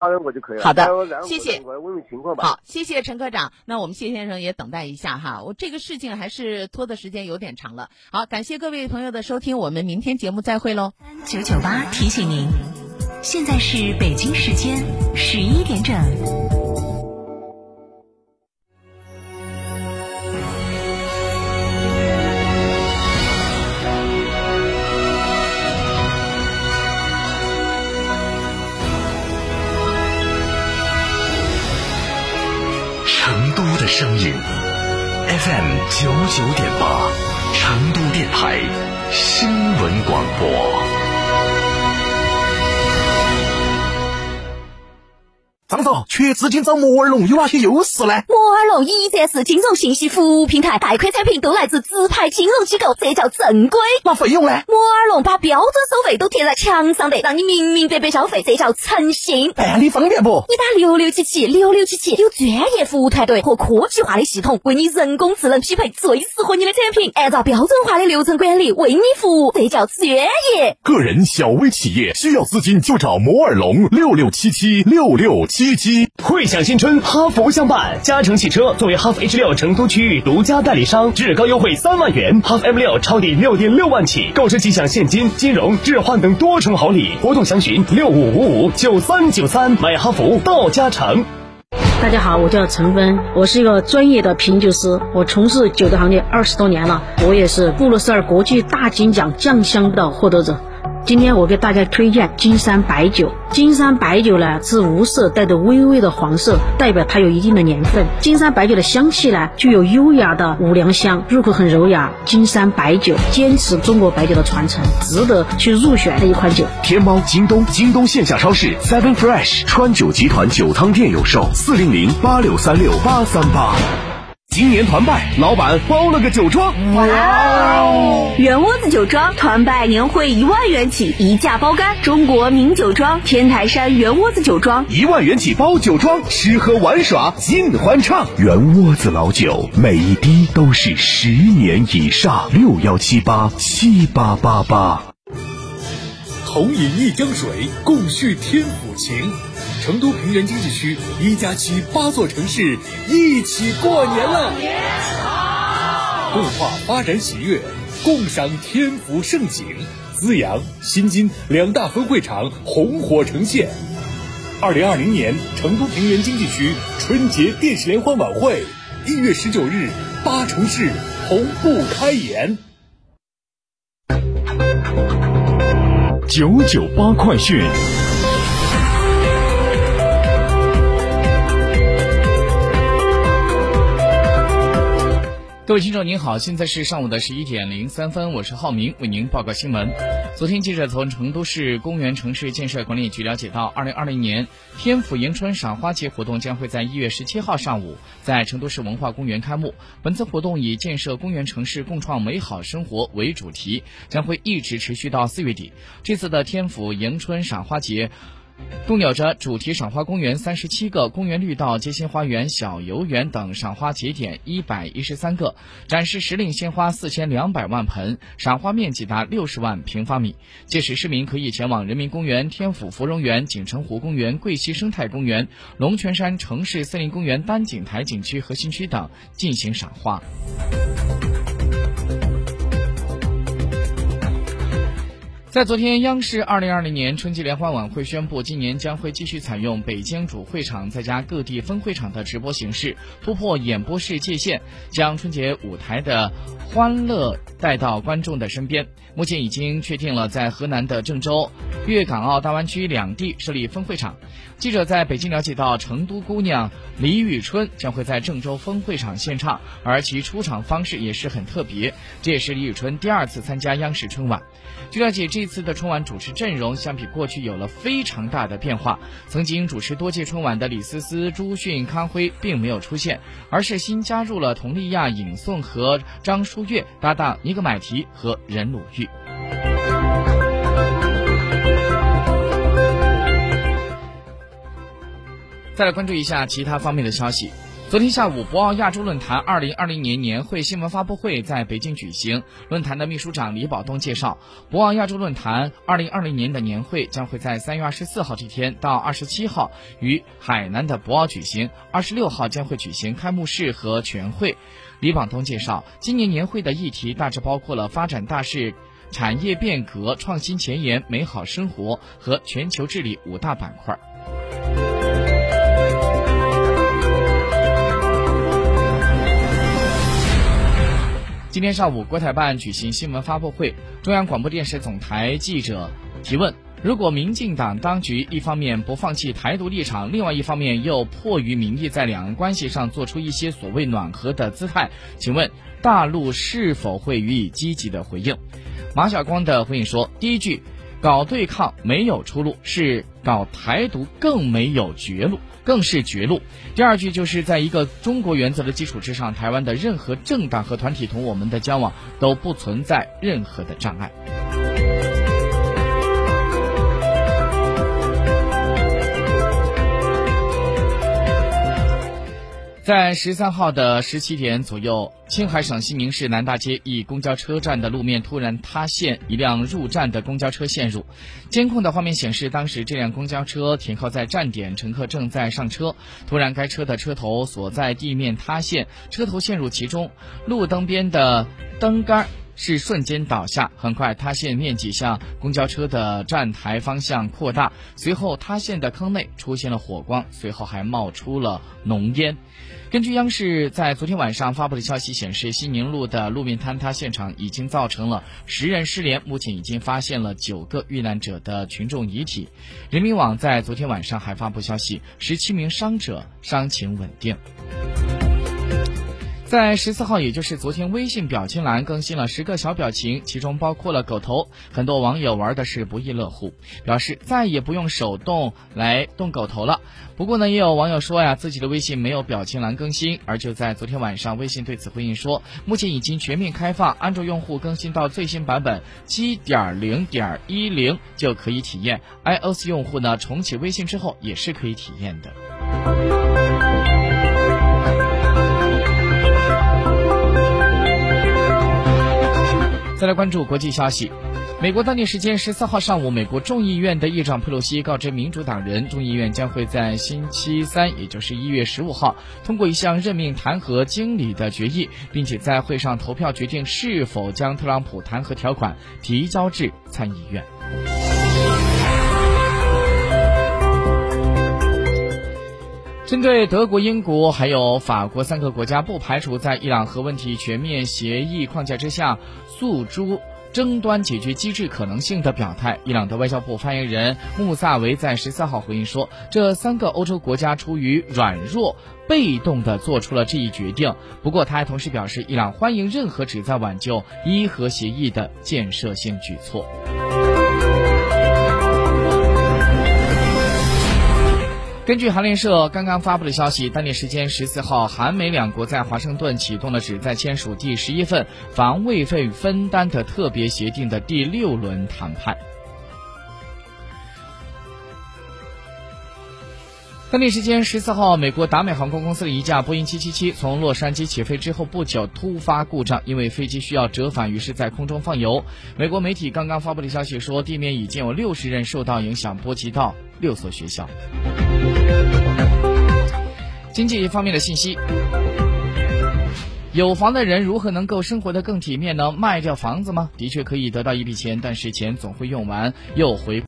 人我就可以了。 好的， 谢谢。我问问情况吧。 好，谢谢陈科长。那我们谢先生也等待一下哈，我这个事情还是拖的时间有点长了。好，感谢各位朋友的收听，我们明天节目再会喽。 998提醒您，现在是北京时间11点整。 成都的声音 FM 99.8，成都电台新闻广播。 张总，缺资金找摩尔龙有哪些优势呢？ 摩尔龙一站式金融信息服务平台，贷款产品都来自直牌金融机构，这叫正规。 那费用呢？ 摩尔龙把标准收费都贴在墙上的，让你明明白白消费，这叫诚信。 办理方便不？ 你打6677，有专业服务团队和科技化的系统，为你人工智能匹配最适合你的产品，按照标准化的流程管理为你服务，这叫专业。 个人小微企业需要资金就找摩尔龙，6677。 汇享新春，哈弗相伴。嘉诚汽车作为哈弗 H6 成都区域独家代理商，至高优惠3万元，哈弗 M6超低6.6万起，购车即享现金、金融、置换等多重好礼。活动详询65559393，买哈弗到嘉诚。 大家好，我叫陈芬，我是一个专业的品酒师，我从事酒的行业20多年了，我也是布鲁塞尔国际大金奖酱香的获得者。今天我给大家推荐金山白酒。金山白酒呢是无色，带着微微的黄色，代表它有一定的年份。金山白酒的香气呢具有优雅的五粮香，入口很柔雅。金山白酒坚持中国白酒的传承，值得去入选的一款酒。 天猫、京东线下超市 Seven Fresh 川酒集团酒汤店有售，400-8636-838。今年团拜，老板包了个酒庄。 哇哦！原窝子酒庄团拜年会1万元起，一价包干。中国名酒庄天台山原窝子酒庄 1万元起包酒庄，吃喝玩耍尽欢畅。原窝子老酒，每一滴都是10年以上。61787888。 同饮一江水，共叙天府情。成都平原经济区1加7 8座城市一起过年了，共话发展喜悦，共赏天府盛景，资阳、新津2大分会场红火呈现。2020年成都平原经济区春节电视联欢晚会1月19日8城市同步开演。 998快讯。 各位听众您好，现在是上午的11点03分，我是浩明，为您报告新闻。昨天记者从成都市公园城市建设管理局了解到，2020年天府迎春赏花节活动将会在1月17号上午在成都市文化公园开幕。本次活动以建设公园城市共创美好生活为主题，将会一直持续到4月底。这次的天府迎春赏花节共有着主题赏花公园37个、公园绿道、街心花园、小游园等赏花节点113个，展示时令鲜花4200万盆，赏花面积达60万平方米。届时市民可以前往人民公园、天府芙蓉园、锦城湖公园、桂溪生态公园、龙泉山城市森林公园丹景台景区核心区等进行赏花。在昨天，央视2020年春季联欢晚会宣布，今年将会继续采用北京主会场再加各地分会场的直播形式，突破演播室界限，将春节舞台的欢乐带到观众的身边。目前已经确定了在河南的郑州、粤港澳大湾区2地设立分会场。记者在北京了解到，成都姑娘李宇春将会在郑州分会场献唱，而其出场方式也是很特别，这也是李宇春第2次参加央视春晚。据了解，这次的春晚主持阵容相比过去有了非常大的变化，曾经主持多届春晚的李思思、朱迅、康辉并没有出现，而是新加入了佟丽娅、尹颂和张舒悦搭档尼格买提和任鲁豫。再来关注一下其他方面的消息。 昨天下午，博鳌亚洲论坛2020年年会新闻发布会在北京举行。论坛的秘书长李保东介绍，博鳌亚洲论坛2020年的年会将会在3月24号这天到27号于海南的博鳌举行，26号将会举行开幕式和全会。李保东介绍，今年年会的议题大致包括了发展大势、产业变革、创新前沿、美好生活和全球治理5大板块。今天上午，国台办举行新闻发布会，中央广播电视总台记者提问：如果民进党当局一方面不放弃台独立场，另外一方面又迫于民意在两岸关系上做出一些所谓暖和的姿态，请问大陆是否会予以积极的回应？马晓光的回应说，第一句搞对抗没有出路，是搞台独更没有绝路，更是绝路。第二句就是在一个中国原则的基础之上，台湾的任何政党和团体同我们的交往都不存在任何的障碍。在13号的17点左右，青海省西宁市南大街一公交车站的路面突然塌陷，一辆入站的公交车陷入。监控的画面显示，当时这辆公交车停靠在站点，乘客正在上车，突然该车的车头所在地面塌陷，车头陷入其中，路灯边的灯杆是瞬间倒下，很快塌陷面积向公交车的站台方向扩大，随后塌陷的坑内出现了火光，随后还冒出了浓烟。根据央视在昨天晚上发布的消息显示，西宁路的路面坍塌现场已经造成了10人失联，目前已经发现了9个遇难者的群众遗体。人民网在昨天晚上还发布消息，17名伤者伤情稳定。在14号，也就是昨天，微信表情栏更新了10个小表情，其中包括了狗头。很多网友玩的是不亦乐乎，表示再也不用手动来动狗头了。不过呢，也有网友说自己的微信没有表情栏更新。而就在昨天晚上，微信对此回应说，目前已经全面开放，安卓用户更新到最新版本 7.0.10 就可以体验， iOS 用户呢重启微信之后也是可以体验的。再来关注国际消息，美国当地时间14号上午，美国众议院的议长佩洛西告知民主党人，众议院将会在星期三，也就是1月15号，通过一项任命弹劾经理的决议，并且在会上投票决定是否将特朗普弹劾条款提交至参议院。针对德国、英国还有法国3个国家不排除在伊朗核问题全面协议框架之下诉诸争端解决机制可能性的表态，伊朗的外交部发言人穆萨维在14号回应说，这3个欧洲国家出于软弱被动地做出了这一决定。不过他还同时表示，伊朗欢迎任何旨在挽救伊核协议的建设性举措。根据韩联社刚刚发布的消息，当地时间14号，韩美两国在华盛顿启动了旨在签署第11份防卫费分担的特别协定的第6轮谈判。当地时间14号，美国达美航空公司的一架波音777从洛杉矶起飞之后不久突发故障，因为飞机需要折返，于是在空中放油。美国媒体刚刚发布的消息说，地面已经有60人受到影响，波及到6所学校。经济方面的信息，有房的人如何能够生活得更体面呢？卖掉房子吗？的确可以得到一笔钱，但是钱总会用完又回